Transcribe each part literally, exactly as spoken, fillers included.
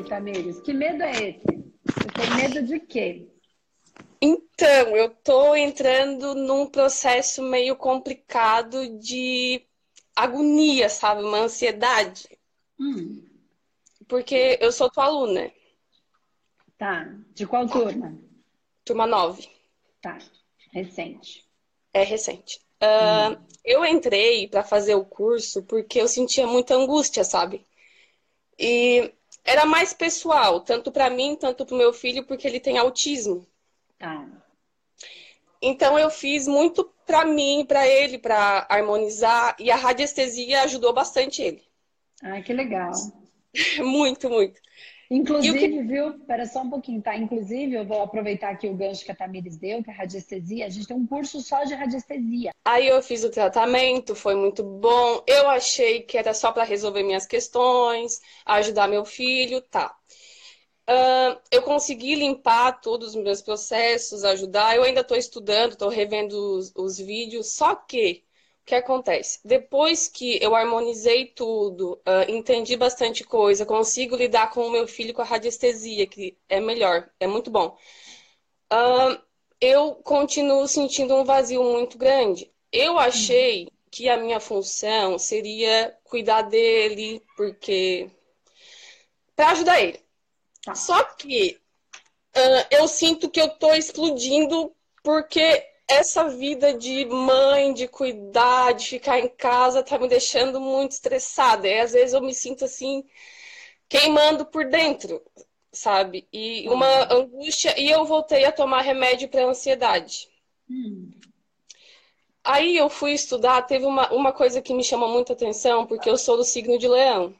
Tamires? Que medo é esse? Você tem medo de quê? Então, eu tô entrando num processo meio complicado de agonia, sabe? Uma ansiedade. Hum, Porque eu sou tua aluna, tá. De qual turma? turma nove, Tá. Recente. é recente. Ah, Hum. eu entrei para fazer o curso porque eu sentia muita angústia, sabe? E era mais pessoal, tanto para mim, tanto para o meu filho, porque ele tem autismo. Tá. Então eu fiz muito para mim, para ele, para harmonizar, e a radiestesia ajudou bastante ele. Ah, que legal. Muito, muito. E o que Inclusive, viu? Espera só um pouquinho, tá? Inclusive, eu vou aproveitar aqui o gancho que a Tamires deu, que é a radiestesia. A gente tem um curso só de radiestesia. Aí eu fiz o tratamento, foi muito bom. Eu achei que era só para resolver minhas questões, ajudar meu filho, tá. Ah, eu consegui limpar todos os meus processos, ajudar. Eu ainda estou estudando, estou revendo os, os vídeos. Só que, o que acontece? Depois que eu harmonizei tudo, ah, entendi bastante coisa, consigo lidar com o meu filho com a radiestesia, que é melhor, é muito bom. Ah, eu continuo sentindo um vazio muito grande. Eu Hum. achei que a minha função seria cuidar dele, porque para ajudar ele. Tá. Só que ah, eu sinto que eu tô explodindo porque essa vida de mãe, de cuidar, de ficar em casa, tá me deixando muito estressada. E às vezes eu me sinto assim, queimando por dentro, sabe? E Tá. uma angústia. E eu voltei a tomar remédio para ansiedade. Hum. Aí eu fui estudar, teve uma, uma coisa que me chamou muita atenção, porque eu sou do signo de Leão.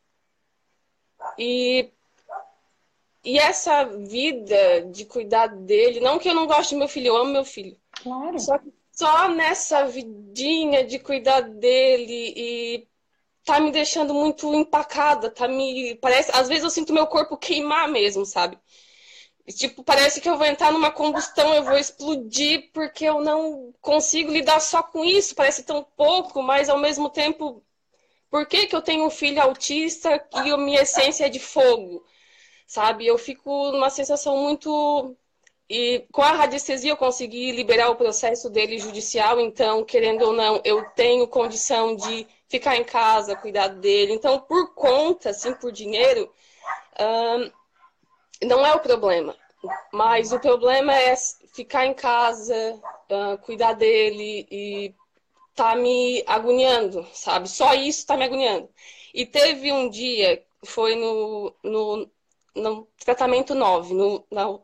E, e essa vida de cuidar dele, não que eu não goste do meu filho, eu amo meu filho. Claro. Só que só nessa vidinha de cuidar dele e tá me deixando muito empacada, tá me parece, às vezes eu sinto meu corpo queimar mesmo, sabe? E, tipo, parece que eu vou entrar numa combustão, eu vou explodir porque eu não consigo lidar só com isso, parece tão pouco, mas ao mesmo tempo, por que que eu tenho um filho autista e a minha essência é de fogo, sabe? Eu fico numa sensação muito. E com a radiestesia eu consegui liberar o processo dele judicial, então, querendo ou não, eu tenho condição de ficar em casa, cuidar dele. Então, por conta, assim, por dinheiro, hum, não é o problema. Mas o problema é ficar em casa, hum, cuidar dele e tá me agoniando, sabe? Só isso tá me agoniando. E teve um dia, foi no, no, no tratamento nove no, na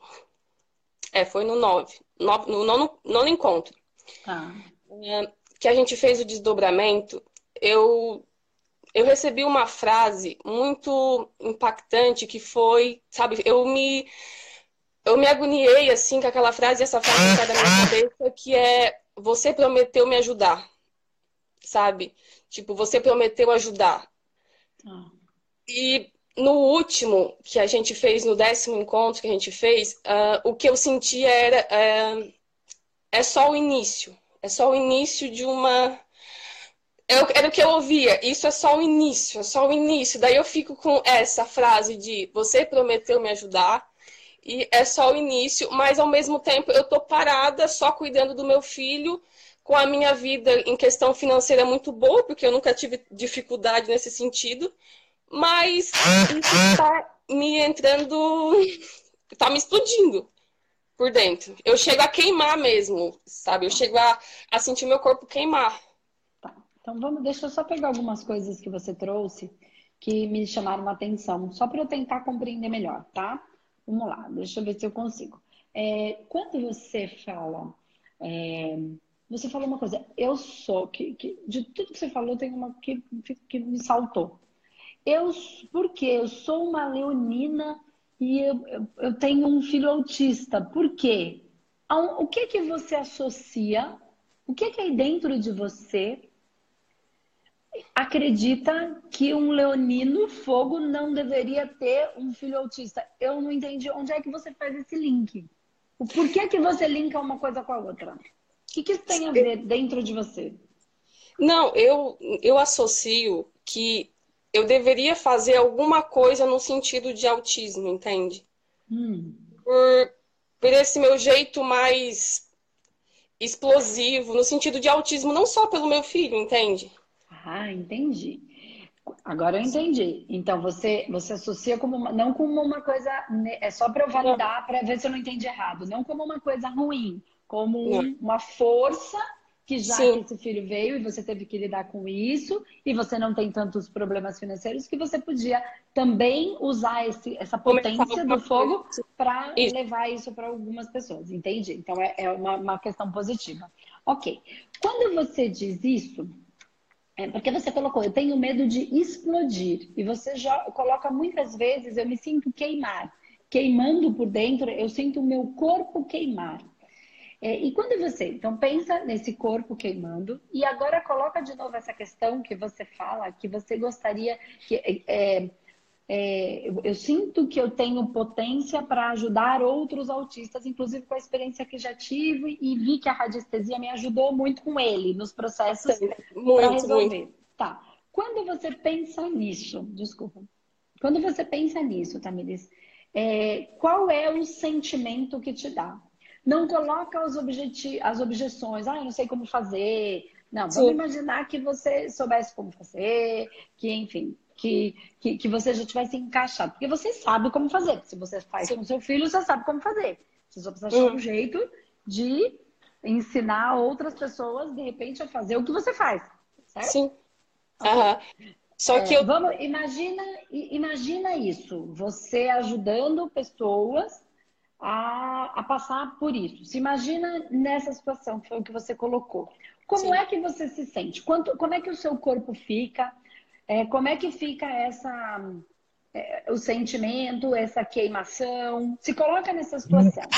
É, foi no nove no, no nono, nono encontro, Tá. é, que a gente fez o desdobramento. Eu, eu recebi uma frase muito impactante que foi, sabe, eu me, eu me agoniei assim com aquela frase, e essa frase sai da minha cabeça, que é: você prometeu me ajudar, sabe? Tipo, você prometeu ajudar. Tá. E no último que a gente fez, no décimo encontro que a gente fez, uh, o que eu sentia era. Uh, é só o início. É só o início de uma. Era o que eu ouvia. Isso é só o início, é só o início. Daí eu fico com essa frase de você prometeu me ajudar e é só o início, mas ao mesmo tempo eu tô parada só cuidando do meu filho, com a minha vida em questão financeira muito boa, porque eu nunca tive dificuldade nesse sentido, mas isso tá me entrando, tá me explodindo por dentro. Eu chego a queimar mesmo, sabe? Eu chego a, a sentir meu corpo queimar. Tá. Então vamos, deixa eu só pegar algumas coisas que você trouxe que me chamaram a atenção, só para eu tentar compreender melhor, tá? Vamos lá, deixa eu ver se eu consigo. É, quando você fala, é, você falou uma coisa, eu sou, que, que- de tudo que você falou, tem uma que, que me saltou. Eu, porque eu sou uma leonina e eu, eu, eu tenho um filho autista. Por quê? Ao- O que que você associa? O que que aí dentro de você acredita que um leonino fogo não deveria ter um filho autista? Eu não entendi onde é que você faz esse link. O porquê que você linka uma coisa com a outra? O que que isso tem a ver dentro de você? Não, eu, eu associo que. eu deveria fazer alguma coisa no sentido de autismo, entende? Hum. Por, por esse meu jeito mais explosivo, no sentido de autismo, não só pelo meu filho, entende? Ah, entendi. Agora eu entendi. Então você você associa como uma, não como uma coisa, ne- é só para eu Não, validar, para ver se eu não entendi errado, não como uma coisa ruim, como não. um- uma força que já que Sim, esse filho veio e você teve que lidar com isso e você não tem tantos problemas financeiros que você podia também usar esse, essa começar potência do alguma coisa. fogo para Isso. levar isso para algumas pessoas. Entendi. Então é, é uma, uma questão positiva. Ok. Quando você diz isso é porque você colocou, eu tenho medo de explodir. E você já coloca muitas vezes, eu me sinto queimar. Queimando por dentro, eu sinto o meu corpo queimar. É, e quando você, então pensa nesse corpo queimando, e agora coloca de novo essa questão que você fala, que você gostaria que é, é, eu, eu sinto que eu tenho potência para ajudar outros autistas, inclusive com a experiência que já tive, e vi que a radiestesia me ajudou muito com ele, nos processos Bastante. para Muito, muito. resolver. Tá. Quando você pensa nisso, desculpa. Quando você pensa nisso, Tamires, é, qual é o sentimento que te dá? Não coloca os objeti as objeções, ah, eu não sei como fazer. Não, vamos Sim, imaginar que você soubesse como fazer, que, enfim, que, que, que você já tivesse encaixado. Porque você sabe como fazer. Se você faz sim. com seu filho, você sabe como fazer. Você só precisa achar Uhum, um jeito de ensinar outras pessoas, de repente, a fazer o que você faz. Certo? sim. Ok. Aham. Só que É, eu. vamos, imagina, imagina isso, você ajudando pessoas a, a passar por isso. Se imagina nessa situação, que foi o que você colocou. Como Sim. é que você se sente? Quanto, como é que o seu corpo fica? É, como é que fica essa, é, o sentimento, essa queimação? Se coloca nessa situação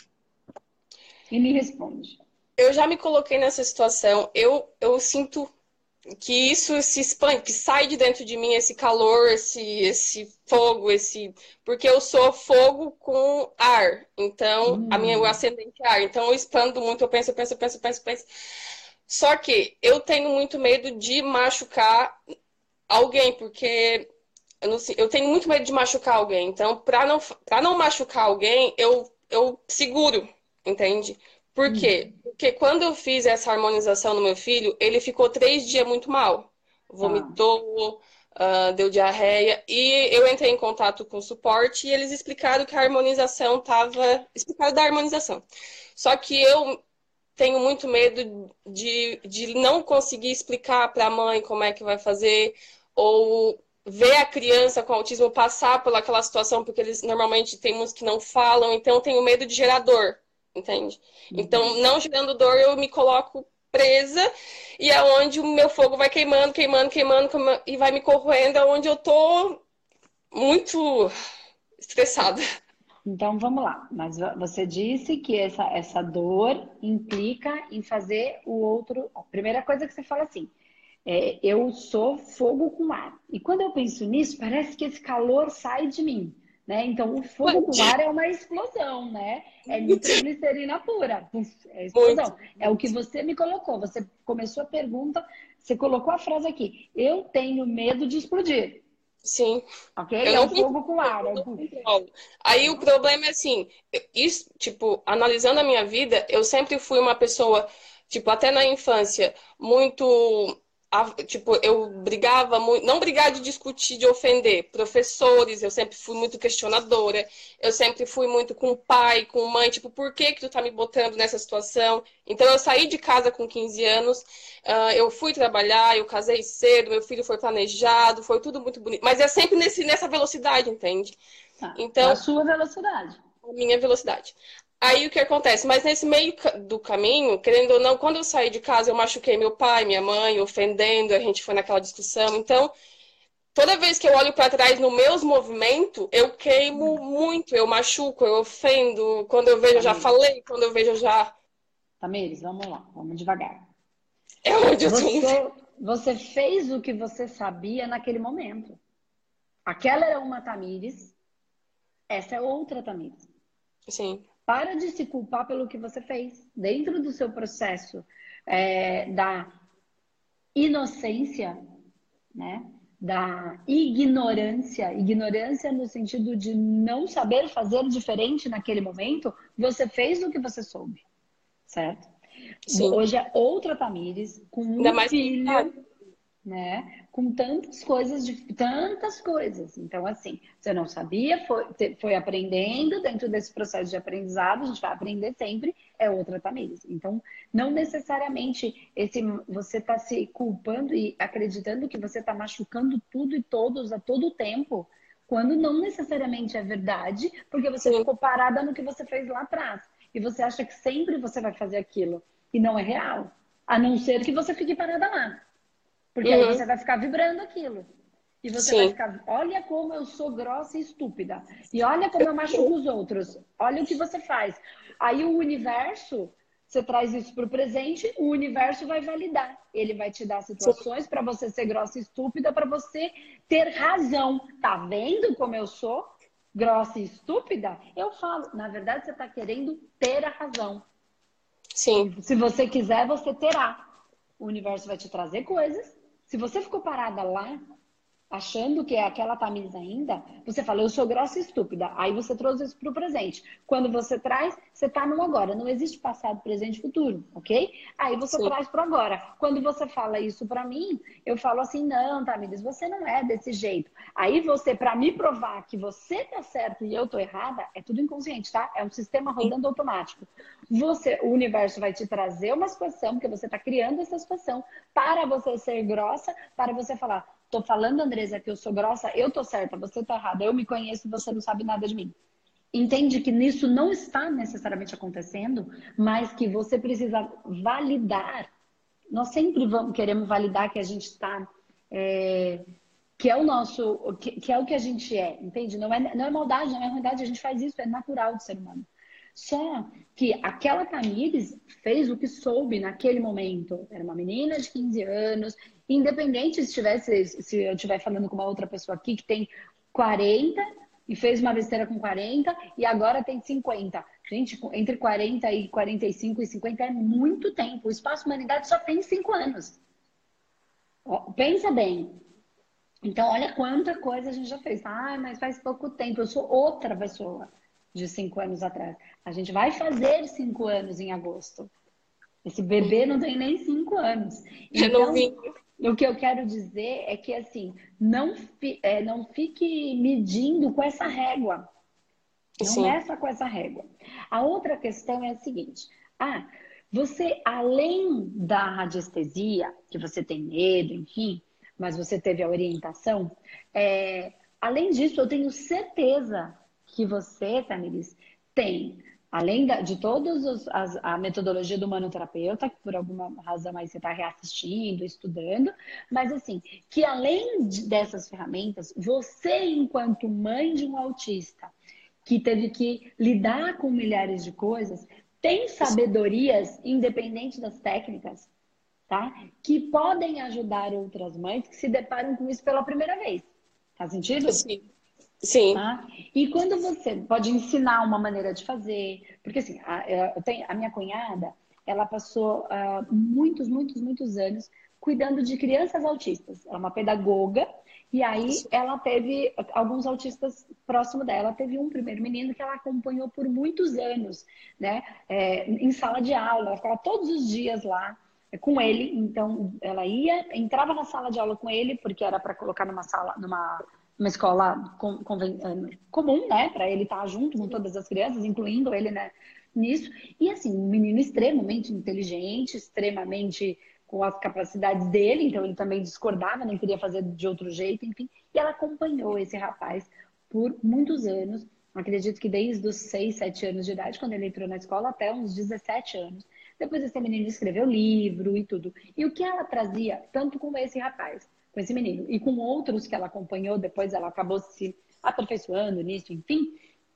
e me responde. Eu já me coloquei nessa situação. Eu, eu sinto que isso se expande, que sai de dentro de mim esse calor, esse, esse fogo, esse. Porque eu sou fogo com ar. Então, a minha, o Hum, ascendente é ar. Então, eu expando muito, eu penso, eu penso, eu penso, eu penso, eu penso. Só que eu tenho muito medo de machucar alguém, porque eu, não sei- eu tenho muito medo de machucar alguém. Então, para não, para não machucar alguém, eu, eu seguro, entende? Por quê? hum, Porque quando eu fiz essa harmonização no meu filho, ele ficou três dias muito mal. tá. Vomitou, ah, deu diarreia. E eu entrei em contato com o suporte e eles explicaram que a harmonização estava. Explicaram da harmonização. Só que eu tenho muito medo de, de não conseguir explicar para a mãe como é que vai fazer, ou ver a criança com autismo passar por aquela situação, porque eles normalmente tem uns que não falam, então eu tenho medo de gerar dor, entende? Então, Uhum. não gerando dor, eu me coloco presa e é onde o meu fogo vai queimando, queimando, queimando, queimando e vai me corroendo, é onde eu tô muito estressada. Então vamos lá. Mas você disse que essa, essa dor implica em fazer o outro. A primeira coisa que você fala assim, é, eu sou fogo com ar. E quando eu penso nisso, parece que esse calor sai de mim, né? Então o fogo com ar é uma explosão, né? É Muito, nitroglicerina pura. Puf, é muito, explosão. É o que muito. você me colocou. Você começou a pergunta, você colocou a frase aqui. Eu tenho medo de explodir. Sim. Ok? Eu É não o controlo, fogo com ar. eu É o não puf. controlo. Aí o problema é assim, isso, tipo, analisando a minha vida, eu sempre fui uma pessoa, tipo, até na infância, muito, a- tipo, eu brigava muito, não brigar de discutir, de ofender professores, eu sempre fui muito questionadora, eu sempre fui muito com pai, com mãe, tipo, por que que tu tá me botando nessa situação? Então eu saí de casa com quinze anos, ah, eu fui trabalhar, eu casei cedo, meu filho foi planejado, foi tudo muito bonito. Mas é sempre nesse, nessa velocidade, entende? Tá. Na Então, sua velocidade. a minha velocidade. Aí o que acontece? Mas nesse meio ca- do caminho, querendo ou não, quando eu saí de casa, eu machuquei meu pai, minha mãe, ofendendo, a gente foi naquela discussão. Então, toda vez que eu olho para trás nos meus movimentos, eu queimo muito, eu machuco, eu ofendo. Quando eu vejo, eu já Tamires, falei, quando eu vejo, eu já. Tamires, vamos lá, vamos devagar. É onde eu tô. Você, você fez o que você sabia naquele momento. Aquela era uma Tamires, essa é outra Tamires. Sim, Para de se culpar pelo que você fez. Dentro do seu processo é, da inocência, né? da ignorância, ignorância no sentido de não saber fazer diferente naquele momento, você fez o que você soube, certo? Sim. Hoje é outra Tamires, com Ainda um mais que filho, né? Com tantas coisas, de, tantas coisas. Então, assim, você não sabia, foi, foi aprendendo dentro desse processo de aprendizado, a gente vai aprender sempre, é outra Tamires. Então, não necessariamente esse, você está se culpando e acreditando que você está machucando tudo e todos a todo tempo, quando não necessariamente é verdade, porque você sim. ficou parada no que você fez lá atrás. E você acha que sempre você vai fazer aquilo. E não é real. A não ser que você fique parada lá. Porque aí Uhum. você vai ficar vibrando aquilo. E você vai Sim. ficar, olha como eu sou grossa e estúpida. E olha como eu machuco os outros. Olha o que você faz. Aí o universo, você traz isso para o presente, o universo vai validar. Ele vai te dar Sim. situações para você ser grossa e estúpida, para você ter razão. Tá vendo como eu sou grossa e estúpida? Eu falo, na verdade você está querendo ter a razão. Sim. E se você quiser, você terá. O universo vai te trazer coisas. Se você ficou parada lá, achando que é aquela Tamires ainda, você fala, eu sou grossa e estúpida. Aí você trouxe isso para o presente. Quando você traz, você está no agora. Não existe passado, presente e futuro, ok? Aí você Sim. traz para agora. Quando você fala isso para mim, eu falo assim, não, Tamires, você não é desse jeito. Aí você, para me provar que você tá certo e eu tô errada, é tudo inconsciente, tá? É um sistema Sim. rodando automático. Você, o universo vai te trazer uma situação, porque você está criando essa situação, para você ser grossa, para você falar, tô falando, Andresa, que eu sou grossa, eu tô certa, você tá errada, eu me conheço, você não sabe nada de mim. Entende que nisso não está necessariamente acontecendo, mas que você precisa validar. Nós sempre vamos, queremos validar que a gente está, é, que é o nosso, que, que é o que a gente é, entende? Não é, não é maldade, não é ruindade, a gente faz isso, é natural do ser humano. Só que aquela Tamires fez o que soube naquele momento. Era uma menina de quinze anos, independente se tivesse, se eu estiver falando com uma outra pessoa aqui que tem quarenta e fez uma besteira com quarenta e agora tem cinquenta. Gente, entre quarenta e quarenta e cinco e cinquenta é muito tempo. O espaço humanidade só tem cinco anos. Pensa bem. Então, olha quanta coisa a gente já fez. Ah, mas faz pouco tempo. Eu sou outra pessoa de cinco anos atrás. A gente vai fazer cinco anos em agosto. Esse bebê Uhum. não tem nem cinco anos. Eu não Então, vi. o que eu quero dizer é que, assim, não, fi, é, não fique medindo com essa régua. Não Sim. meça com essa régua. A outra questão é a seguinte. Ah, você, além da radiestesia, que você tem medo, enfim, mas você teve a orientação, é, além disso, eu tenho certeza que você, Tamiris, tem, além da- de todas os- as, a metodologia do manoterapeuta, que por alguma razão aí você está reassistindo, estudando, mas assim, que além de- dessas ferramentas, você, enquanto mãe de um autista, que teve que lidar com milhares de coisas, tem sabedorias, independente das técnicas, tá? Que podem ajudar outras mães que se deparam com isso pela primeira vez. Faz sentido? Sim. Sim. Tá? E quando você pode ensinar uma maneira de fazer, porque assim, a, é, eu tenho, a minha cunhada, ela passou uh, muitos, muitos, muitos anos cuidando de crianças autistas. Ela é uma pedagoga, e aí Sim. ela teve alguns autistas próximo dela. Teve um primeiro menino que ela acompanhou por muitos anos, né? É, em sala de aula, ela ficava todos os dias lá é, com ele. Então, ela ia, entrava na sala de aula com ele, porque era para colocar numa sala, numa uma escola com, com, comum, né? Para ele estar junto com todas as crianças, incluindo ele, né, nisso. E assim, um menino extremamente inteligente, extremamente com as capacidades dele, então ele também discordava, não queria fazer de outro jeito, enfim. E ela acompanhou esse rapaz por muitos anos. Acredito que desde os seis, sete anos de idade, quando ele entrou na escola, até uns dezessete anos. Depois esse menino escreveu livro e tudo. E o que ela trazia, tanto com esse rapaz, com esse menino, e com outros que ela acompanhou, depois ela acabou se aperfeiçoando nisso, enfim,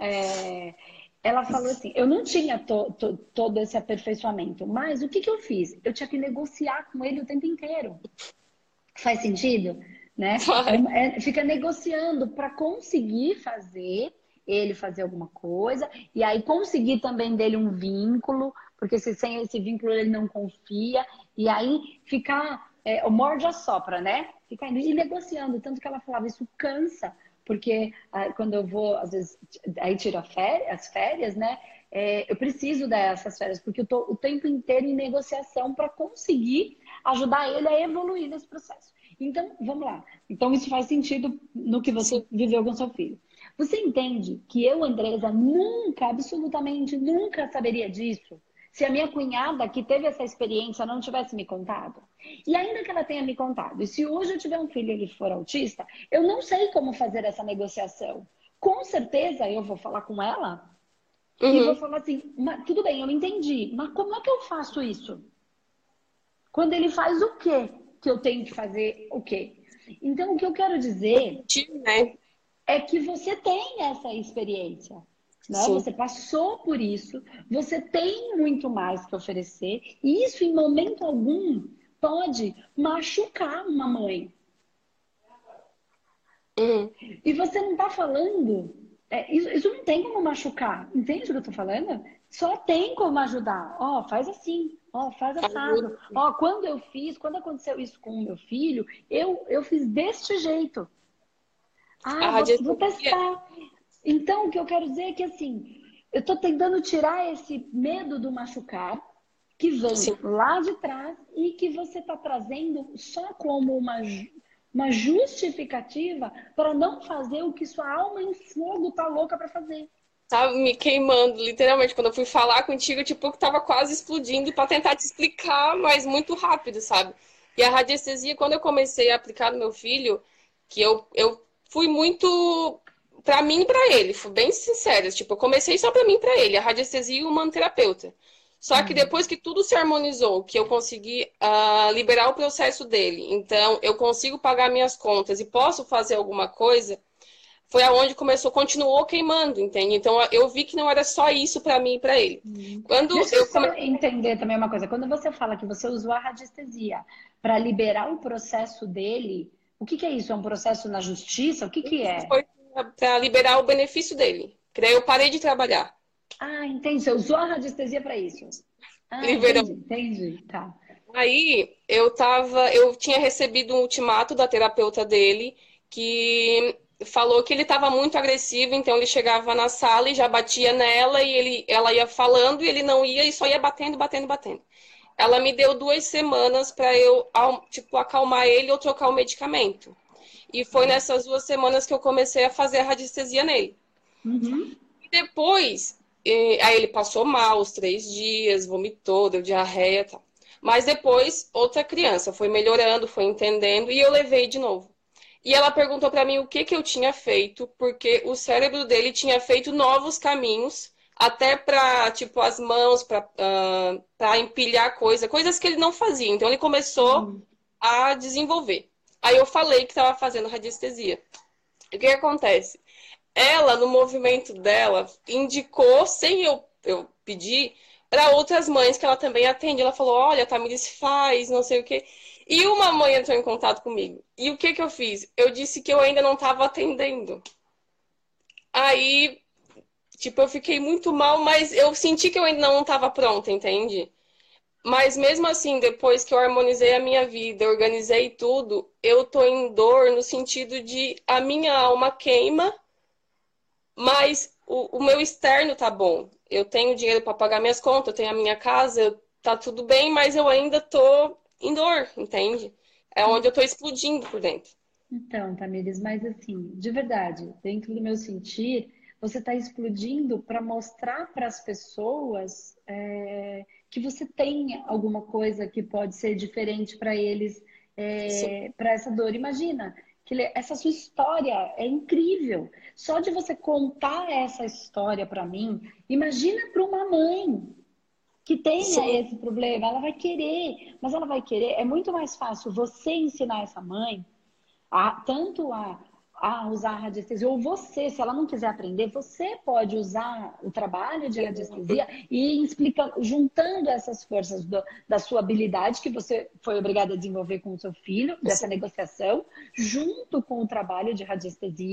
é, ela falou assim, eu não tinha to, to, todo esse aperfeiçoamento, mas o que, que eu fiz? Eu tinha que negociar com ele o tempo inteiro. Faz sentido? Né? É, Vai. uma- é, fica negociando para conseguir fazer ele fazer alguma coisa e aí conseguir também dele um vínculo, porque se sem esse vínculo ele não confia e aí ficar é, o morde a sopra, né? Fica indo e negociando. Tanto que ela falava, isso cansa, porque ah, quando eu vou, às vezes, aí tiro a férias, as férias, né? É, eu preciso dessas férias, porque eu tô o tempo inteiro em negociação para conseguir ajudar ele a evoluir nesse processo. Então, vamos lá. Então, isso faz sentido no que você Sim. viveu com seu filho. Você entende que eu, Andresa, nunca, absolutamente nunca saberia disso se a minha cunhada, que teve essa experiência, não tivesse me contado? E ainda que ela tenha me contado, e se hoje eu tiver um filho e ele for autista, eu não sei como fazer essa negociação. Com certeza eu vou falar com ela e vou Uhum. falar assim, tudo bem, eu entendi, mas como é que eu faço isso? Quando ele faz o quê? Que eu tenho que fazer o quê? Então, o que eu quero dizer Né? é que você tem essa experiência, né? Sim. Você passou por isso, você tem muito mais que oferecer, e isso em momento algum pode machucar uma mãe. Uhum. E você não está falando, é, isso, isso não tem como machucar, entende o que eu estou falando? Só tem como ajudar. Ó, oh, faz assim, ó, oh, faz assado. Ó, oh, quando eu fiz, quando aconteceu isso com o meu filho, eu, eu fiz deste jeito. A Ah, vou, vou radiestesia. testar. Então, o que eu quero dizer é que, assim, eu estou tentando tirar esse medo do machucar, que vem Sim. lá de trás e que você está trazendo só como uma, uma justificativa para não fazer o que sua alma em fogo tá louca para fazer. Tava me queimando, literalmente. Quando eu fui falar contigo, tipo, que tava quase explodindo para tentar te explicar, mas muito rápido, sabe? E a radiestesia, quando eu comecei a aplicar no meu filho, que eu, eu fui muito para mim e para ele, fui bem sincera. Tipo, eu comecei só para mim e para ele, a radiestesia e o humanoterapeuta. Só que Hum. depois que tudo se harmonizou, que eu consegui uh, liberar o processo dele, então eu consigo pagar minhas contas e posso fazer alguma coisa, foi aonde começou, continuou queimando, entende? Então eu vi que não era só isso para mim e para ele. Hum. Quando Deixa eu eu só comecei, entender também uma coisa. Quando você fala que você usou a radiestesia para liberar o processo dele, o que que é isso? É um processo na justiça? O que que é? foi para liberar o benefício dele. Que daí eu parei de trabalhar. Ah, entendi. Você usou a radiestesia para isso. Ah, Liberou. entendi, entendi. Tá. Aí eu tava, eu tinha recebido um ultimato da terapeuta dele que falou que ele estava muito agressivo, então ele chegava na sala e já batia nela e ele, ela ia falando e ele não ia e só ia batendo, batendo, batendo. Ela me deu duas semanas para eu, tipo, acalmar ele ou trocar o medicamento. E foi nessas duas semanas que eu comecei a fazer a radiestesia nele. Uhum. E depois, eh, aí ele passou mal os três dias, vomitou, deu diarreia e tal. Mas depois, outra criança foi melhorando, foi entendendo e eu levei de novo. E ela perguntou para mim o que, que eu tinha feito, porque o cérebro dele tinha feito novos caminhos, até para, tipo, as mãos, para uh, para empilhar coisa, coisas que ele não fazia. Então ele começou Sim. a desenvolver. Aí eu falei que estava fazendo radiestesia. E o que, que acontece? Ela, no movimento dela, indicou, sem eu, eu pedir, para outras mães que ela também atende. Ela falou: olha, Tamiris faz, não sei o quê. E uma mãe entrou em contato comigo. E o que que eu fiz? Eu disse que eu ainda não estava atendendo. Aí, tipo, eu fiquei muito mal, mas eu senti que eu ainda não estava pronta, entende? Mas mesmo assim, depois que eu harmonizei a minha vida, organizei tudo, eu tô em dor no sentido de a minha alma queima, mas o, o meu externo tá bom. Eu tenho dinheiro para pagar minhas contas, eu tenho a minha casa, tá tudo bem, mas eu ainda tô em dor, entende? É onde eu tô explodindo por dentro. Então, Tamires, mas assim, de verdade, dentro do meu sentir, você está explodindo para mostrar para as pessoas é, que você tem alguma coisa que pode ser diferente para eles, Sim, é, para essa dor. Imagina, que ele- essa sua história é incrível. Só de você contar essa história para mim, imagina para uma mãe que tenha sim, esse problema, ela vai querer, mas ela vai querer. É muito mais fácil você ensinar essa mãe a, tanto a, a usar a radiestesia, ou você, se ela não quiser aprender, você pode usar o trabalho de radiestesia e ir explicando, juntando essas forças do, da sua habilidade que você foi obrigada a desenvolver com o seu filho, dessa sim. negociação, junto com o trabalho de radiestesia,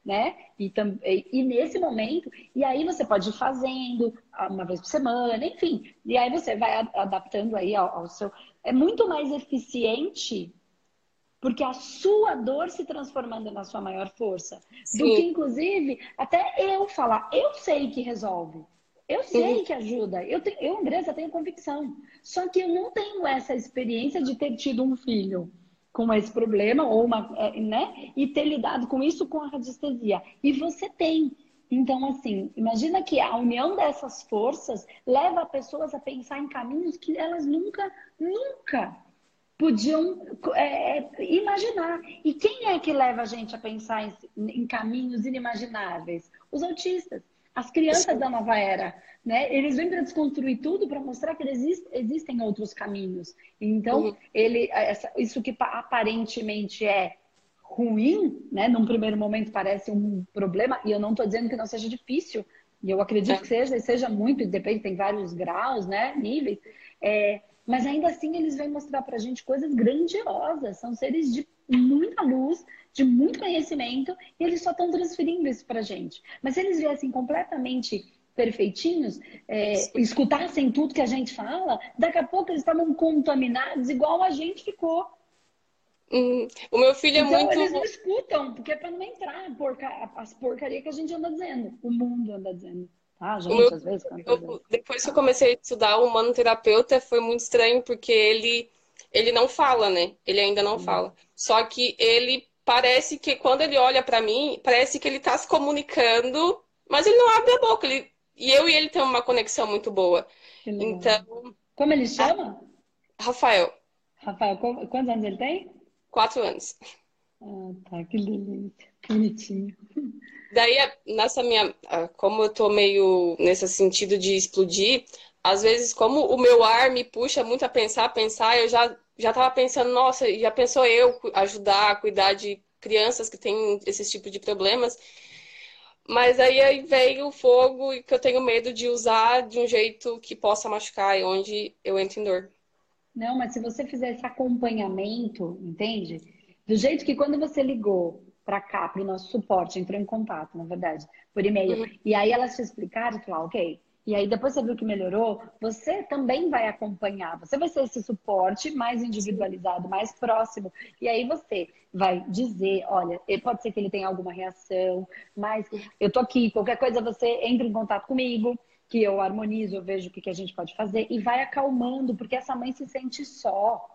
né? E, tam- e, e nesse momento, e aí você pode ir fazendo uma vez por semana, enfim. E aí você vai a- adaptando aí ao, ao seu. É muito mais eficiente porque a sua dor se transformando na sua maior força. Do que, Sim. inclusive, até eu falar, eu sei que resolve. Eu Uhum. sei que ajuda. Eu, tenho, eu, Andressa, tenho convicção. Só que eu não tenho essa experiência de ter tido um filho com esse problema, ou uma, eh, né? E ter lidado com isso com a radiestesia. E você tem. Então, assim, imagina que a união dessas forças leva pessoas a pensar em caminhos que elas nunca, nunca podiam é, é, imaginar. E quem é que leva a gente a pensar em, em caminhos inimagináveis? Os autistas, as crianças Sim. da nova era, né? Eles vêm para desconstruir tudo para mostrar que exist, existem outros caminhos. Então, Uhum. ele, essa, isso que aparentemente é ruim, né? Num primeiro momento parece um problema, e eu não estou dizendo que não seja difícil, e eu acredito É. que seja, e seja muito, depende, tem vários graus, né? Níveis. É, mas ainda assim eles vêm mostrar pra gente coisas grandiosas. São seres de muita luz, de muito conhecimento, e eles só estão transferindo isso pra gente. Mas se eles viessem completamente perfeitinhos, é, escutassem tudo que a gente fala, daqui a pouco eles estavam contaminados igual a gente ficou. Uhum. O meu filho é Então muito. eles não escutam, porque é para não entrar porca, as porcarias que a gente anda dizendo, o mundo anda dizendo. Tá, a O gente, meu, às vezes, quantas vezes. eu- depois que eu Tá? comecei a estudar o humanoterapeuta, foi muito estranho, porque ele, ele não fala, né? Ele ainda não Hum. fala. Só que ele parece que, quando ele olha pra mim, parece que ele tá se comunicando, mas ele não abre a boca. Ele, e eu e ele temos uma conexão muito boa. Que legal. Então, Como ele a- chama? Rafael, Rafael, qu- quantos anos ele tem? quatro anos. Ah, tá, que delícia. Que bonitinho. Daí, a- nessa minha, a- como eu tô meio nesse sentido de explodir, às vezes, como o meu ar me puxa muito a pensar, a pensar, eu já, já tava pensando, nossa, já pensou eu cu- ajudar, cuidar de crianças que têm esse tipo de problemas? Mas aí, aí veio o fogo e que eu tenho medo de usar de um jeito que possa machucar, e onde eu entro em dor. Não, mas se você fizer esse acompanhamento, entende? Do jeito que quando você ligou para cá, para o nosso suporte, entrou em contato, na verdade, por e-mail, Uhum. e aí elas te explicaram, tu falou, ok. E aí depois você viu que melhorou, você também vai acompanhar. Você vai ser esse suporte mais Sim. individualizado, mais próximo. E aí você vai dizer, olha, pode ser que ele tenha alguma reação, mas eu tô aqui, qualquer coisa você entra em contato comigo, que eu harmonizo, eu vejo o que, que a gente pode fazer e vai acalmando, porque essa mãe se sente só.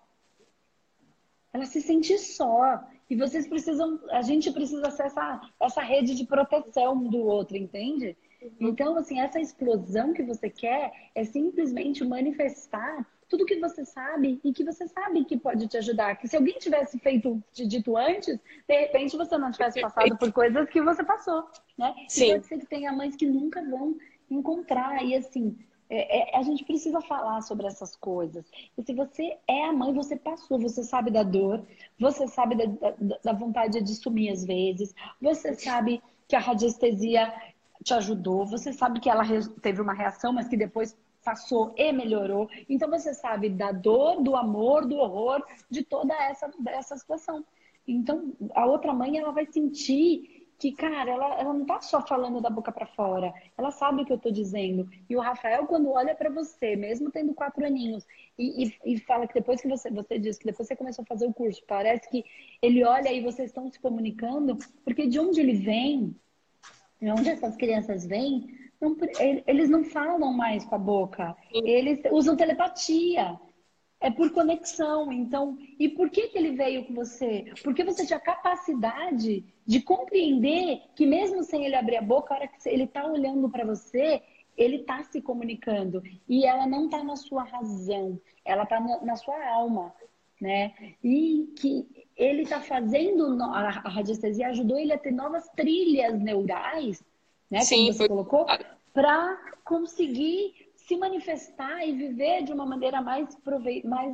Ela se sente só. E vocês precisam, a gente precisa ser essa, essa rede de proteção um do outro, entende? Uhum. Então, assim, essa explosão que você quer é simplesmente manifestar tudo que você sabe e que você sabe que pode te ajudar. Que se alguém tivesse feito, te dito antes, de repente você não tivesse passado por coisas que você passou, né? E Sim. pode ser que tenha mães que nunca vão encontrar. E assim, é, é, a gente precisa falar sobre essas coisas. E se você é a mãe, você passou, você sabe da dor, você sabe da, da, da vontade de sumir às vezes, você sabe que a radiestesia te ajudou, você sabe que ela teve uma reação, mas que depois passou e melhorou. Então você sabe da dor, do amor, do horror, de toda essa, essa situação. Então a outra mãe ela vai sentir que, cara, ela, ela não tá só falando da boca para fora, ela sabe o que eu tô dizendo. E o Rafael, quando olha para você, mesmo tendo quatro aninhos, e, e, e fala que depois que você, você disse que depois você começou a fazer o curso, parece que ele olha e vocês estão se comunicando, porque de onde ele vem, de onde essas crianças vêm, não, eles não falam mais com a boca, eles usam telepatia. É por conexão. Então, e por que que ele veio com você? Porque você tinha capacidade de compreender que mesmo sem ele abrir a boca, a hora que ele está olhando para você, ele está se comunicando. E ela não está na sua razão, ela está na sua alma, né? E que ele está fazendo, a radiestesia ajudou ele a ter novas trilhas neurais, né? Como Sim, você foi. colocou, para conseguir se manifestar e viver de uma maneira mais, prove... mais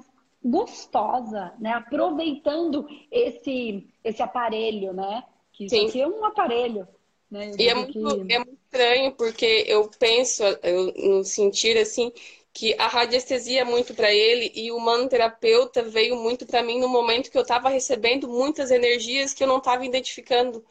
gostosa, né? Aproveitando esse, esse aparelho, né? Que isso Sim. aqui é um aparelho, né? Eu E é digo muito, que é muito estranho, porque eu penso, eu, no sentir assim, que a radiestesia é muito para ele e o humanoterapeuta veio muito para mim no momento que eu estava recebendo muitas energias que eu não estava identificando,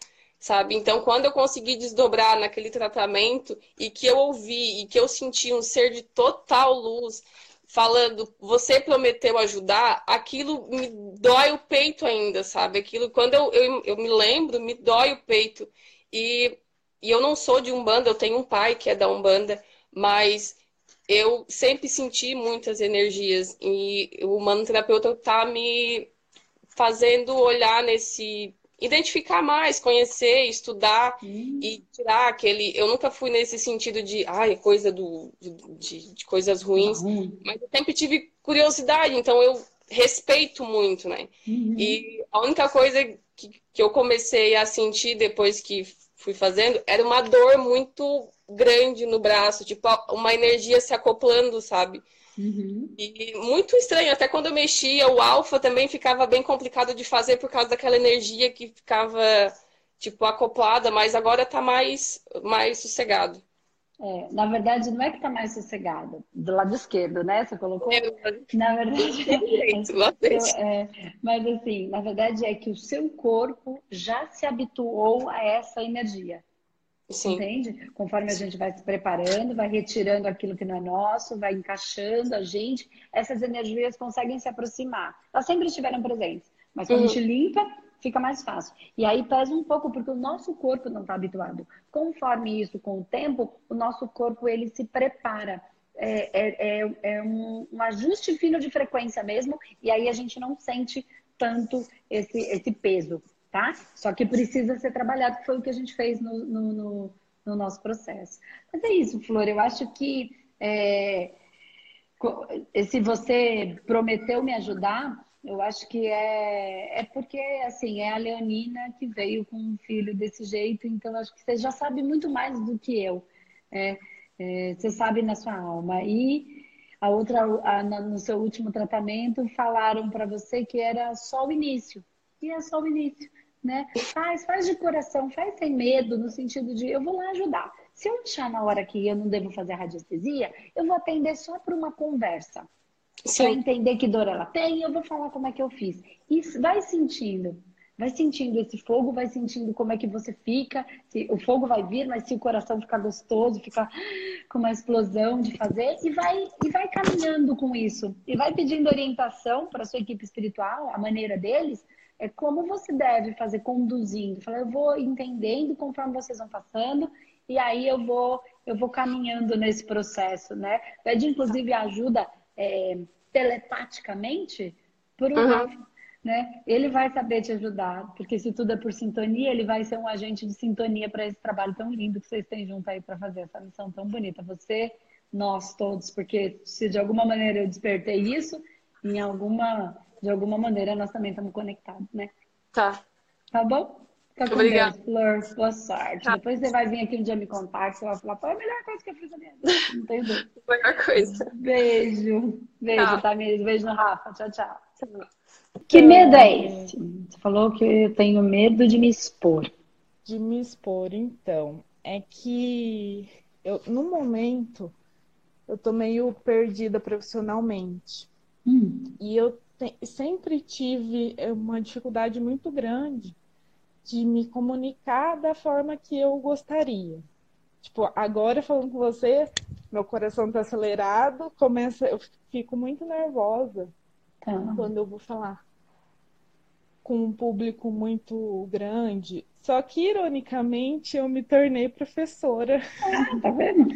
sabe? Então, quando eu consegui desdobrar naquele tratamento e que eu ouvi e que eu senti um ser de total luz falando, você prometeu ajudar, aquilo me dói o peito ainda, sabe? Aquilo, quando eu, eu, eu me lembro, me dói o peito. E, e eu não sou de Umbanda, eu tenho um pai que é da Umbanda, mas eu sempre senti muitas energias e o humanoterapeuta tá me fazendo olhar nesse, identificar mais, conhecer, estudar Hum, e tirar aquele. Eu nunca fui nesse sentido de, ai, coisa do, de, de, de coisas coisa ruins, ruim. mas eu sempre tive curiosidade, então eu respeito muito, né? Uhum. E a única coisa que, que eu comecei a sentir depois que fui fazendo era uma dor muito grande no braço, tipo uma energia se acoplando, sabe? Uhum. E muito estranho, até quando eu mexia, o alfa também ficava bem complicado de fazer por causa daquela energia que ficava, tipo, acoplada, mas agora tá mais, mais sossegado. É, na verdade, não é que está mais sossegada, do lado esquerdo, né? Você colocou? É, Na verdade, jeito, eu, bastante. é, mas assim, na verdade é que o seu corpo já se habituou a essa energia, Sim. entende? Conforme a gente vai se preparando, vai retirando aquilo que não é nosso, vai encaixando a gente, essas energias conseguem se aproximar. Elas sempre estiveram presentes, mas quando a Uhum. gente limpa, fica mais fácil. E aí pesa um pouco, porque o nosso corpo não está habituado. Conforme isso, com o tempo, o nosso corpo ele se prepara. É, é, é, é um, um ajuste fino de frequência mesmo, e aí a gente não sente tanto esse, esse peso, tá? Só que precisa ser trabalhado, que foi o que a gente fez no, no, no, no nosso processo. Mas é isso, Flor, eu acho que é, se você prometeu me ajudar, eu acho que é, é porque, assim, é a Leonina que veio com um filho desse jeito, então acho que você já sabe muito mais do que eu. É, é, você sabe na sua alma. E a outra, a, no seu último tratamento, falaram para você que era só o início. E é só o início, né? Faz, faz de coração, faz sem medo, no sentido de eu vou lá ajudar. Se eu achar na hora que eu não devo fazer a radiestesia, eu vou atender só por uma conversa, para Sim. entender que dor ela tem, e eu vou falar como é que eu fiz. E vai sentindo, vai sentindo esse fogo, vai sentindo como é que você fica. Se, o fogo vai vir, mas se o coração ficar gostoso, ficar com uma explosão de fazer, e vai, e vai caminhando com isso. E vai pedindo orientação para a sua equipe espiritual, a maneira deles, é como você deve fazer, conduzindo. Fala, eu vou entendendo conforme vocês vão passando, e aí eu vou, eu vou caminhando nesse processo, né? Pede, inclusive, ajuda é, telepaticamente para o Uhum. Rafa, né? Ele vai saber te ajudar, porque se tudo é por sintonia, ele vai ser um agente de sintonia para esse trabalho tão lindo que vocês têm junto aí para fazer essa missão tão bonita. Você, nós todos, porque se de alguma maneira eu despertei isso, em alguma, de alguma maneira nós também estamos conectados, né? Tá. Tá bom? Fica com Obrigada. Deus, Flor. Boa sorte. Tá. Depois você vai vir aqui um dia me contar, que você vai falar, foi a melhor coisa que eu fiz na minha vida. Não tem dúvida. Melhor coisa. Beijo. Beijo, Tá. Tamires. Beijo no Rafa. Tchau, tchau. Tá. Que medo Então, é é, esse? Você falou que eu tenho medo de me expor. de me expor, então, é que eu, no momento eu tô meio perdida profissionalmente. Hum, E eu te- sempre tive é, uma dificuldade muito grande de me comunicar da forma que eu gostaria. Tipo, agora falando com você, meu coração tá acelerado, começa, eu fico muito nervosa tá. quando eu vou falar com um público muito grande. Só que, ironicamente, eu me tornei professora. Ah, tá vendo?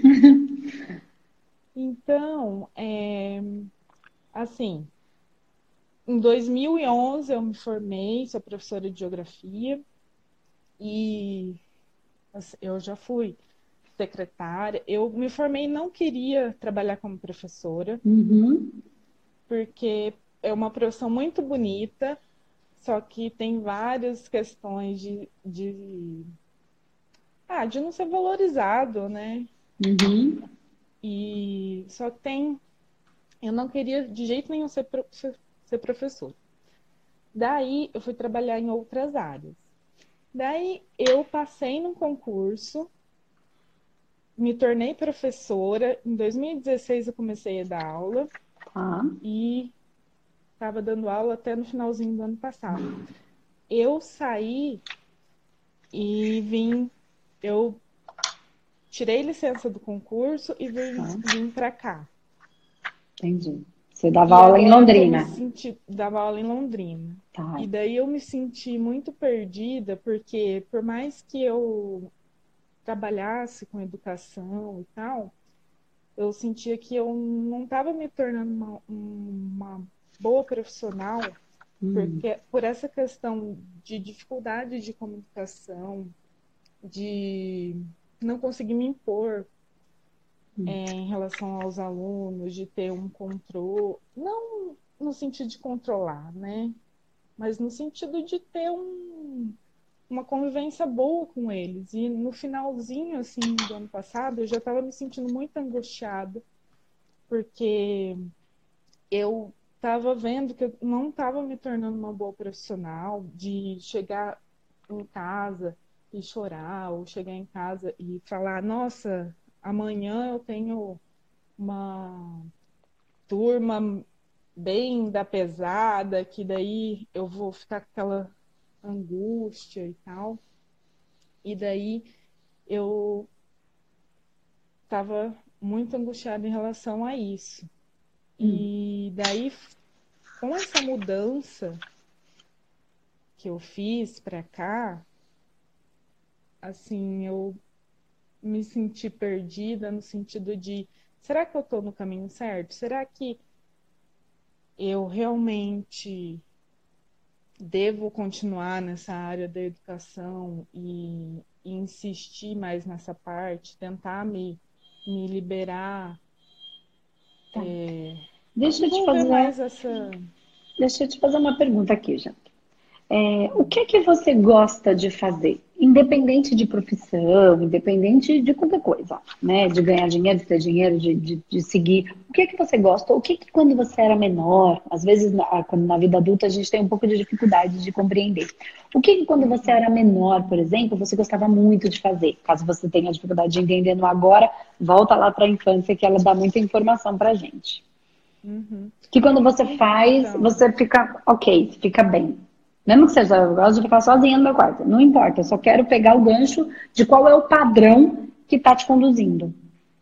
Então, é, assim, em dois mil e onze eu me formei, sou professora de geografia e assim, eu já fui secretária. Eu me formei e não queria trabalhar como professora, Uhum. porque é uma profissão muito bonita, só que tem várias questões de, de, ah, de não ser valorizado, né? Uhum. E só que tem. Eu não queria de jeito nenhum ser, pro- ser ser professor. Daí eu fui trabalhar em outras áreas. Daí eu passei num concurso, me tornei professora. Em dois mil e dezesseis eu comecei a dar aula Tá. e estava dando aula até no finalzinho do ano passado. Eu saí e vim, eu tirei licença do concurso e vim, Tá. vim para cá. Entendi. Você dava E aula em agora eu tô me Londrina. senti... dava aula em Londrina. Tá. E daí eu me senti muito perdida, porque por mais que eu trabalhasse com educação e tal, eu sentia que eu não estava me tornando uma, uma boa profissional, Hum, porque por essa questão de dificuldade de comunicação, de não conseguir me impor é, hum, em relação aos alunos, de ter um controle, não no sentido de controlar, né? Mas no sentido de ter um, uma convivência boa com eles. E no finalzinho, assim, do ano passado, eu já estava me sentindo muito angustiada, porque eu estava vendo que eu não estava me tornando uma boa profissional, de chegar em casa e chorar, ou chegar em casa e falar, nossa, amanhã eu tenho uma turma bem da pesada, que daí eu vou ficar com aquela angústia e tal. E daí eu estava muito angustiada em relação a isso. hum. E daí, com essa mudança que eu fiz para cá, assim, eu me senti perdida no sentido de, será que eu estou no caminho certo? Será que eu realmente devo continuar nessa área da educação e, e insistir mais nessa parte, tentar me, me liberar, Tá. é, Deixa eu te desenvolver fazer, mais essa. deixa eu te fazer uma pergunta aqui, já. É, o que é que você gosta de fazer? Independente de profissão, independente de qualquer coisa, né? De ganhar dinheiro, de ter dinheiro, de, de, de seguir. O que é que você gosta? O que é que quando você era menor, às vezes na, quando na vida adulta a gente tem um pouco de dificuldade de compreender. O que é que quando você Uhum, era menor, por exemplo, você gostava muito de fazer? Caso você tenha dificuldade de entender no agora, volta lá para a infância que ela dá muita informação pra gente. uhum. Que quando você faz, Então, você fica ok, fica bem. Mesmo que seja, eu gosto de ficar sozinha no meu quarto. Não importa, eu só quero pegar o gancho de qual é o padrão que tá te conduzindo.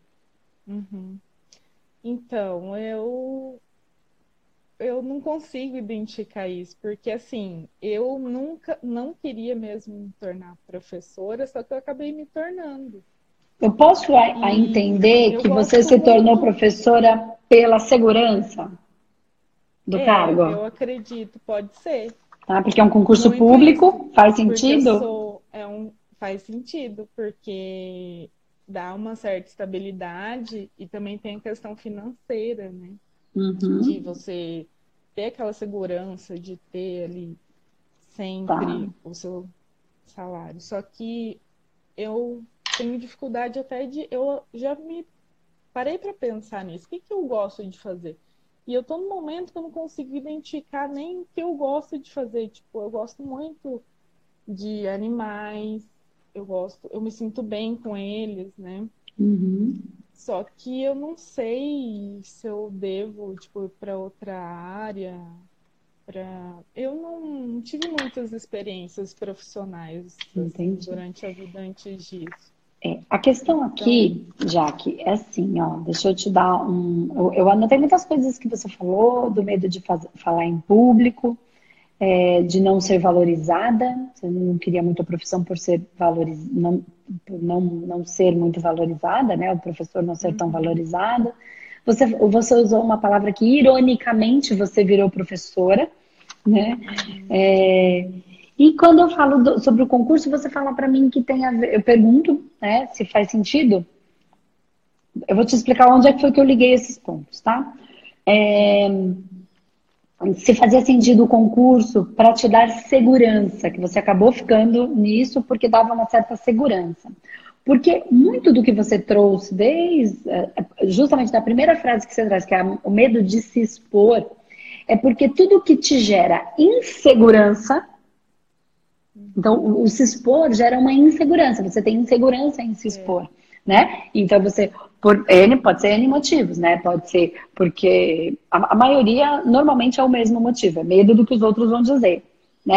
uhum. Então, eu eu não consigo identificar isso, porque assim, eu nunca não queria mesmo me tornar professora, só que eu acabei me tornando. Eu posso a, a E entender eu que você gosto se tornou muito, professora pela segurança do é, cargo, eu acredito, pode ser. tá? Porque é um concurso Muito isso, público, faz porque eu sentido? sou, é um, faz sentido, porque dá uma certa estabilidade e também tem a questão financeira, né? De Uhum, você ter aquela segurança de ter ali tá. sempre o seu salário. Só que eu tenho dificuldade até de. Eu já me parei para pensar nisso. O que, que eu gosto de fazer? E eu tô num momento que eu não consigo identificar nem o que eu gosto de fazer. Tipo, eu gosto muito de animais, eu gosto, eu me sinto bem com eles, né? Uhum. Só que eu não sei se eu devo, tipo, ir para outra área, para eu não tive muitas experiências profissionais assim Entendi. durante a vida antes disso. A questão Então, aqui, Jaque, é assim, ó, deixa eu te dar um. Eu, eu anotei muitas coisas que você falou, do medo de faz- falar em público, é, de não ser valorizada. Você não queria muito a profissão por ser valoriz... não, por não, não ser muito valorizada, né? O professor não ser tão uhum, valorizado. Você, você usou uma palavra que, ironicamente, você virou professora, né? uhum, É, e quando eu falo do- sobre o concurso, você fala para mim que tem a ver, eu pergunto, né, se faz sentido. Eu vou te explicar onde é que foi que eu liguei esses pontos, tá? sim, É, se fazia sentido o concurso para te dar segurança, que você acabou ficando nisso porque dava uma certa segurança. Porque muito do que você trouxe, desde eh, justamente da primeira frase que você traz, que é o medo de se expor, é porque tudo que te gera insegurança. Então, uhum, o, o se expor gera uma insegurança, você tem insegurança em se é, expor, né? Então, você, por N, pode ser N motivos, né? Pode ser porque a, a maioria normalmente é o mesmo motivo, é medo do que os outros vão dizer, né?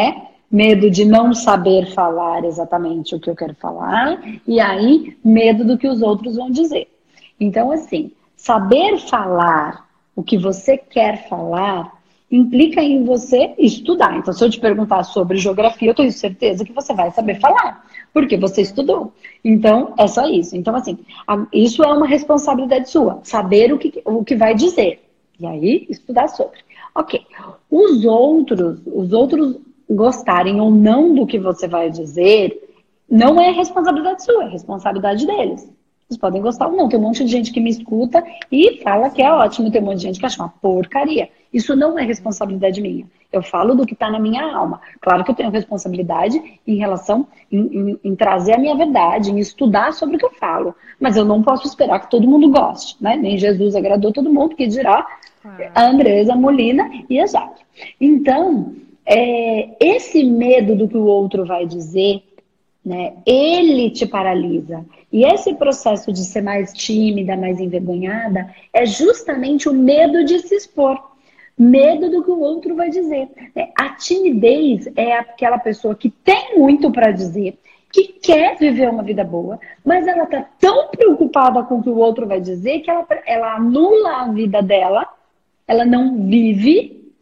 Medo de não saber falar exatamente o que eu quero falar, e aí, medo do que os outros vão dizer. Então, assim, saber falar o que você quer falar implica em você estudar. Então, se eu te perguntar sobre geografia, eu tenho certeza que você vai saber falar, porque você estudou. Então, é só isso. Então, assim, isso é uma responsabilidade sua, saber o que, o que vai dizer. E aí, estudar sobre. Ok. Os outros, os outros gostarem ou não do que você vai dizer, não é responsabilidade sua, é responsabilidade deles. Vocês podem gostar ou não. Tem um monte de gente que me escuta e fala que é ótimo. Tem um monte de gente que acha uma porcaria. Isso não é responsabilidade minha. Eu falo do que está na minha alma. Claro que eu tenho responsabilidade em relação em, em, em trazer a minha verdade, em estudar sobre o que eu falo. Mas eu não posso esperar que todo mundo goste, né? Nem Jesus agradou todo mundo, que dirá a Andresa, a Molina e a Jaque. Então, é, esse medo do que o outro vai dizer, né, ele te paralisa. E esse processo de ser mais tímida, mais envergonhada, é justamente o medo de se expor. Medo do que o outro vai dizer. A timidez é aquela pessoa que tem muito para dizer, que quer viver uma vida boa, mas ela está tão preocupada com o que o outro vai dizer que ela, ela anula a vida dela, ela não vive,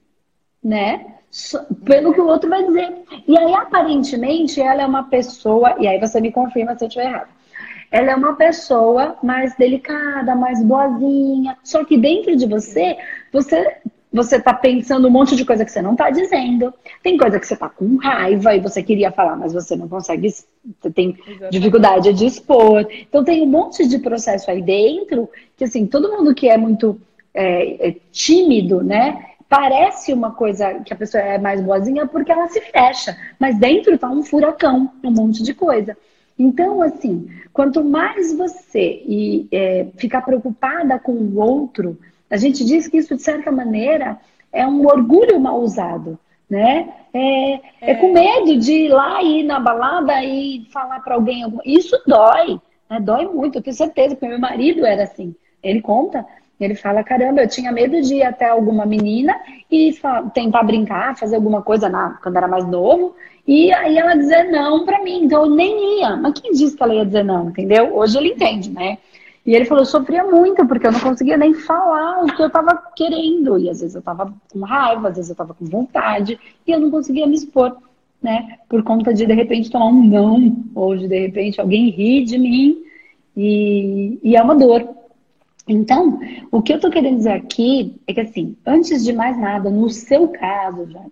né? Pelo que o outro vai dizer. E aí, aparentemente, ela é uma pessoa, e aí você me confirma se eu estiver errado. Ela é uma pessoa mais delicada, mais boazinha. Só que dentro de você, você você tá pensando um monte de coisa que você não tá dizendo. Tem coisa que você tá com raiva e você queria falar, mas você não consegue, você tem Exatamente. Dificuldade de expor. Então tem um monte de processo aí dentro que, assim, todo mundo que é muito é, é tímido, né? Parece uma coisa que a pessoa é mais boazinha porque ela se fecha. Mas dentro tá um furacão, um monte de coisa. Então, assim, quanto mais você e, é, ficar preocupada com o outro, a gente diz que isso, de certa maneira, é um orgulho mal usado, né? É, é. é com medo de ir lá e ir na balada e falar para alguém alguma... Isso dói, né? Dói muito, eu tenho certeza, porque meu marido era assim. Ele conta, ele fala, caramba, eu tinha medo de ir até alguma menina e tentar brincar, fazer alguma coisa na, quando era mais novo, e aí ela dizer não pra mim, então eu nem ia. Mas quem disse que ela ia dizer não, entendeu? Hoje ele entende, né? E ele falou, eu sofria muito, porque eu não conseguia nem falar o que eu tava querendo. E às vezes eu tava com raiva, às vezes eu tava com vontade, e eu não conseguia me expor, né? Por conta de, de repente, tomar um não, ou de, de repente, alguém rir de mim, e, e é uma dor. Então, o que eu tô querendo dizer aqui é que, assim, antes de mais nada, no seu caso, Jaque,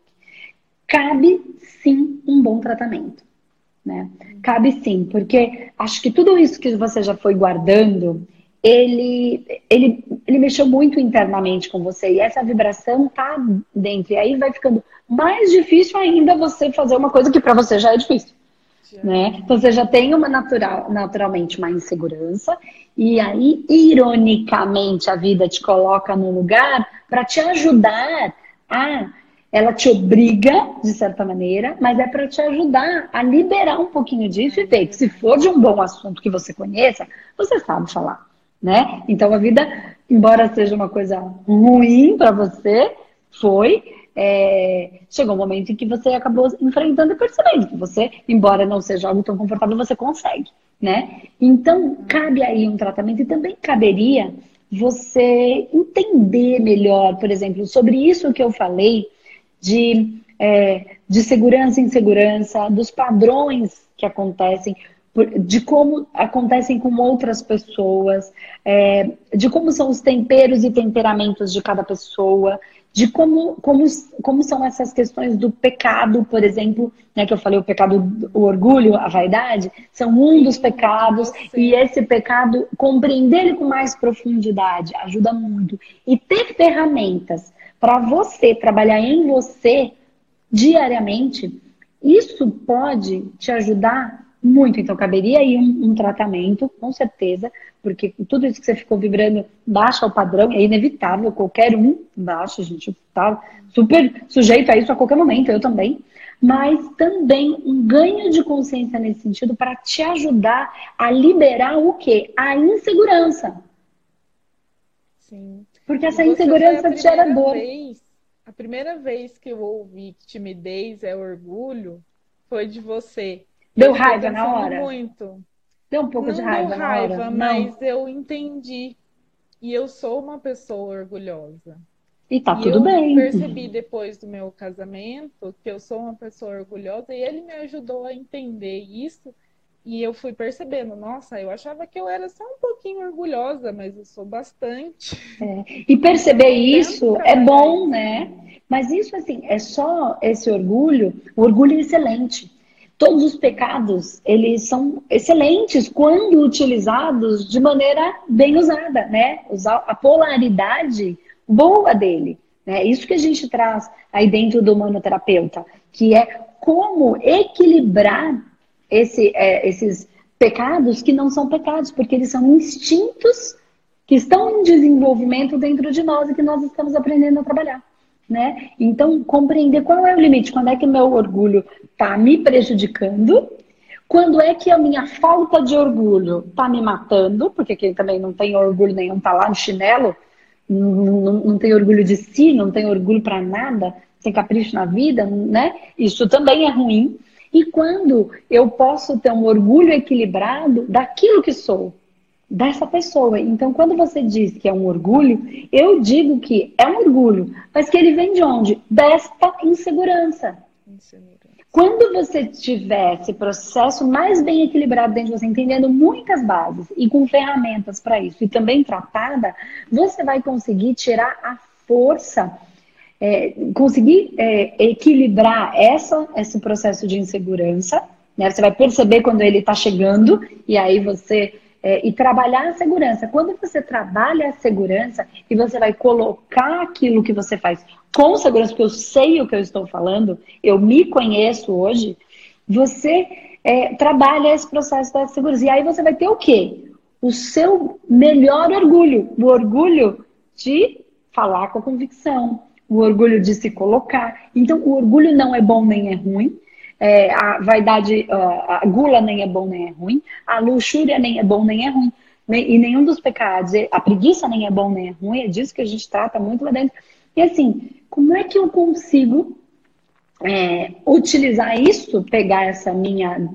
cabe sim um bom tratamento, né? Cabe sim, porque acho que tudo isso que você já foi guardando, ele, ele, ele mexeu muito internamente com você, e essa vibração tá dentro, e aí vai ficando mais difícil ainda você fazer uma coisa que para você já é difícil. Né? Então você já tem uma natural, naturalmente uma insegurança, e aí, ironicamente, a vida te coloca num lugar para te ajudar a. Ela te obriga, de certa maneira, mas é para te ajudar a liberar um pouquinho disso e ver que, se for de um bom assunto que você conheça, você sabe falar, né? Então a vida, embora seja uma coisa ruim para você, foi. É, chegou um momento em que você acabou enfrentando e percebendo que você, embora não seja algo tão confortável, você consegue, né? Então, cabe aí um tratamento, e também caberia você entender melhor, por exemplo, sobre isso que eu falei, de, é, de segurança e insegurança, dos padrões que acontecem, de como acontecem com outras pessoas, é, de como são os temperos e temperamentos de cada pessoa, de como, como, como são essas questões do pecado, por exemplo, né, que eu falei, o pecado, o orgulho, a vaidade, são um dos pecados, e esse pecado, compreender ele com mais profundidade, ajuda muito. E ter ferramentas para você trabalhar em você diariamente, isso pode te ajudar muito. Então, caberia aí um, um tratamento, com certeza, porque tudo isso que você ficou vibrando baixa o padrão, é inevitável, qualquer um baixa, a gente tá super sujeito a isso a qualquer momento, eu também, mas também um ganho de consciência nesse sentido para te ajudar a liberar o quê? A insegurança. Sim. Porque essa insegurança te gera dor. Vez, a primeira vez que eu ouvi que timidez é orgulho, foi de você. Deu Eu fiquei raiva na pensando hora? muito. Deu um pouco de Não deu raiva na hora? raiva, Não. mas eu entendi. E eu sou uma pessoa orgulhosa. E tá E tudo eu bem. percebi depois do meu casamento que eu sou uma pessoa orgulhosa e ele me ajudou a entender isso. E eu fui percebendo, nossa, eu achava que eu era só um pouquinho orgulhosa, mas eu sou bastante. E perceber Então eu tento isso é trabalhar bom, isso. né? Mas isso, assim, é só esse orgulho, o orgulho é excelente. Todos os pecados, eles são excelentes quando utilizados de maneira bem usada, né? Usar a polaridade boa dele, né? Isso que a gente traz aí dentro do manoterapeuta, que é como equilibrar esse, é, esses pecados que não são pecados, porque eles são instintos que estão em desenvolvimento dentro de nós e que nós estamos aprendendo a trabalhar, né? Então, compreender qual é o limite, quando é que o meu orgulho está me prejudicando, quando é que a minha falta de orgulho está me matando, porque quem também não tem orgulho nenhum está lá no chinelo, não, não, não tem orgulho de si, não tem orgulho para nada, sem capricho na vida, né? Isso também é ruim. E quando eu posso ter um orgulho equilibrado daquilo que sou, dessa pessoa. Então, quando você diz que é um orgulho, eu digo que é um orgulho, mas que ele vem de onde? Desta insegurança. Insegurança. Quando você tiver esse processo mais bem equilibrado dentro de você, entendendo muitas bases e com ferramentas para isso, e também tratada, você vai conseguir tirar a força, é, conseguir é, equilibrar essa, esse processo de insegurança, né? Você vai perceber quando ele está chegando, e aí você É, e trabalhar a segurança. Quando você trabalha a segurança e você vai colocar aquilo que você faz com segurança, porque eu sei o que eu estou falando, eu me conheço hoje, você é, trabalha esse processo da segurança. E aí você vai ter o quê? O seu melhor orgulho. O orgulho de falar com a convicção. O orgulho de se colocar. Então, o orgulho não é bom nem é ruim. É, a vaidade, a gula nem é bom nem é ruim, a luxúria nem é bom nem é ruim, e nenhum dos pecados, a preguiça nem é bom nem é ruim, é disso que a gente trata muito lá dentro. E assim, como é que eu consigo é, utilizar isso, pegar essa minha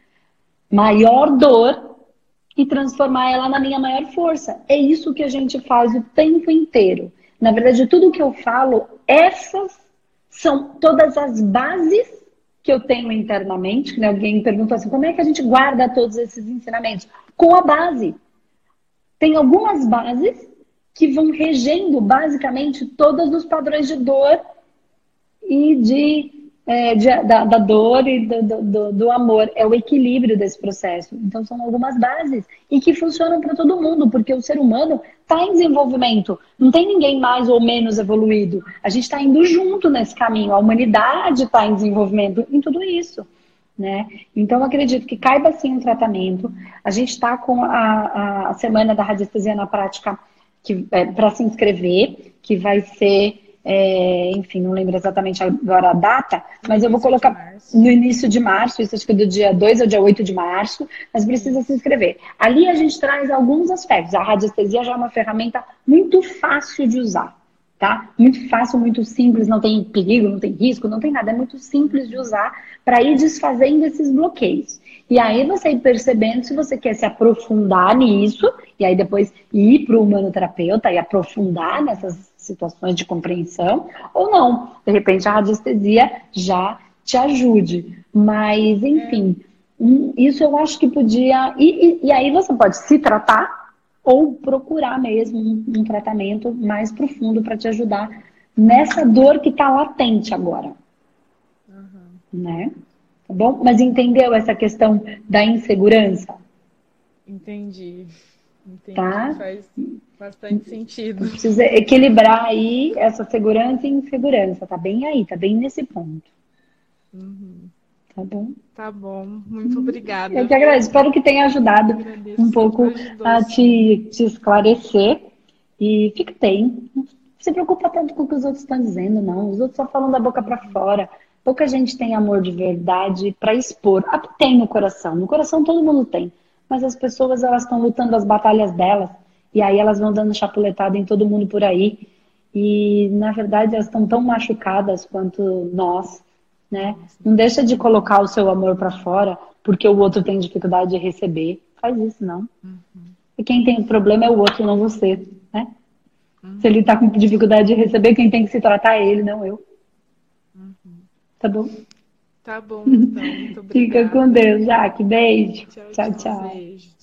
maior dor e transformar ela na minha maior força? É isso que a gente faz o tempo inteiro. Na verdade, tudo que eu falo, essas são todas as bases que eu tenho internamente, né? Alguém perguntou assim, como é que a gente guarda todos esses ensinamentos? Com a base. Tem algumas bases que vão regendo basicamente todos os padrões de dor e de, é, de da, da dor e do, do, do amor. É o equilíbrio desse processo. Então são algumas bases e que funcionam para todo mundo, porque o ser humano está em desenvolvimento. Não tem ninguém mais ou menos evoluído. A gente está indo junto nesse caminho. A humanidade está em desenvolvimento em tudo isso, né? Então, eu acredito que caiba sim um tratamento. A gente está com a, a semana da radiestesia na prática é, para se inscrever, que vai ser, é, enfim, não lembro exatamente agora a data, mas eu vou colocar no início de março, isso acho que do dia dois ao dia oito de março, mas precisa se inscrever. Ali a gente traz alguns aspectos. A radiestesia já é uma ferramenta muito fácil de usar, tá? Muito fácil, muito simples, não tem perigo, não tem risco, não tem nada. É muito simples de usar para ir desfazendo esses bloqueios. E aí você ir percebendo se você quer se aprofundar nisso, e aí depois ir para o humanoterapeuta e aprofundar nessas situações de compreensão, ou não. De repente a radiestesia já te ajude. Mas, enfim, é. isso eu acho que podia... E, e, e aí você pode se tratar ou procurar mesmo um, um tratamento mais profundo para te ajudar nessa dor que está latente agora. Uhum. Né? Tá bom? Mas entendeu essa questão da insegurança? Entendi. Entendi. Tá? Faz bastante sentido. Precisa equilibrar aí essa segurança e insegurança. Tá bem aí, tá bem nesse ponto. Uhum. Tá bom? Tá bom. Muito obrigada. Eu que agradeço. Espero que tenha ajudado um pouco Ajudou, a te, te esclarecer. E fica bem. Não se preocupa tanto com o que os outros estão dizendo, não. Os outros só falam da boca para fora. Pouca gente tem amor de verdade para expor. Ah, tem no coração. No coração todo mundo tem. Mas as pessoas, elas estão lutando as batalhas delas. E aí elas vão dando chapuletada em todo mundo por aí. E, na verdade, elas estão tão machucadas quanto nós. né? Não deixa de colocar o seu amor pra fora porque o outro tem dificuldade de receber. Faz isso, não. Uhum. E quem tem problema é o outro, não você, né? Uhum. Se ele tá com dificuldade de receber, quem tem que se tratar é ele, não eu. Uhum. Tá bom? Tá bom, então. Muito Fica obrigada. com Deus, Jaque. Beijo. Tchau, Tchau, tchau. tchau. Beijo.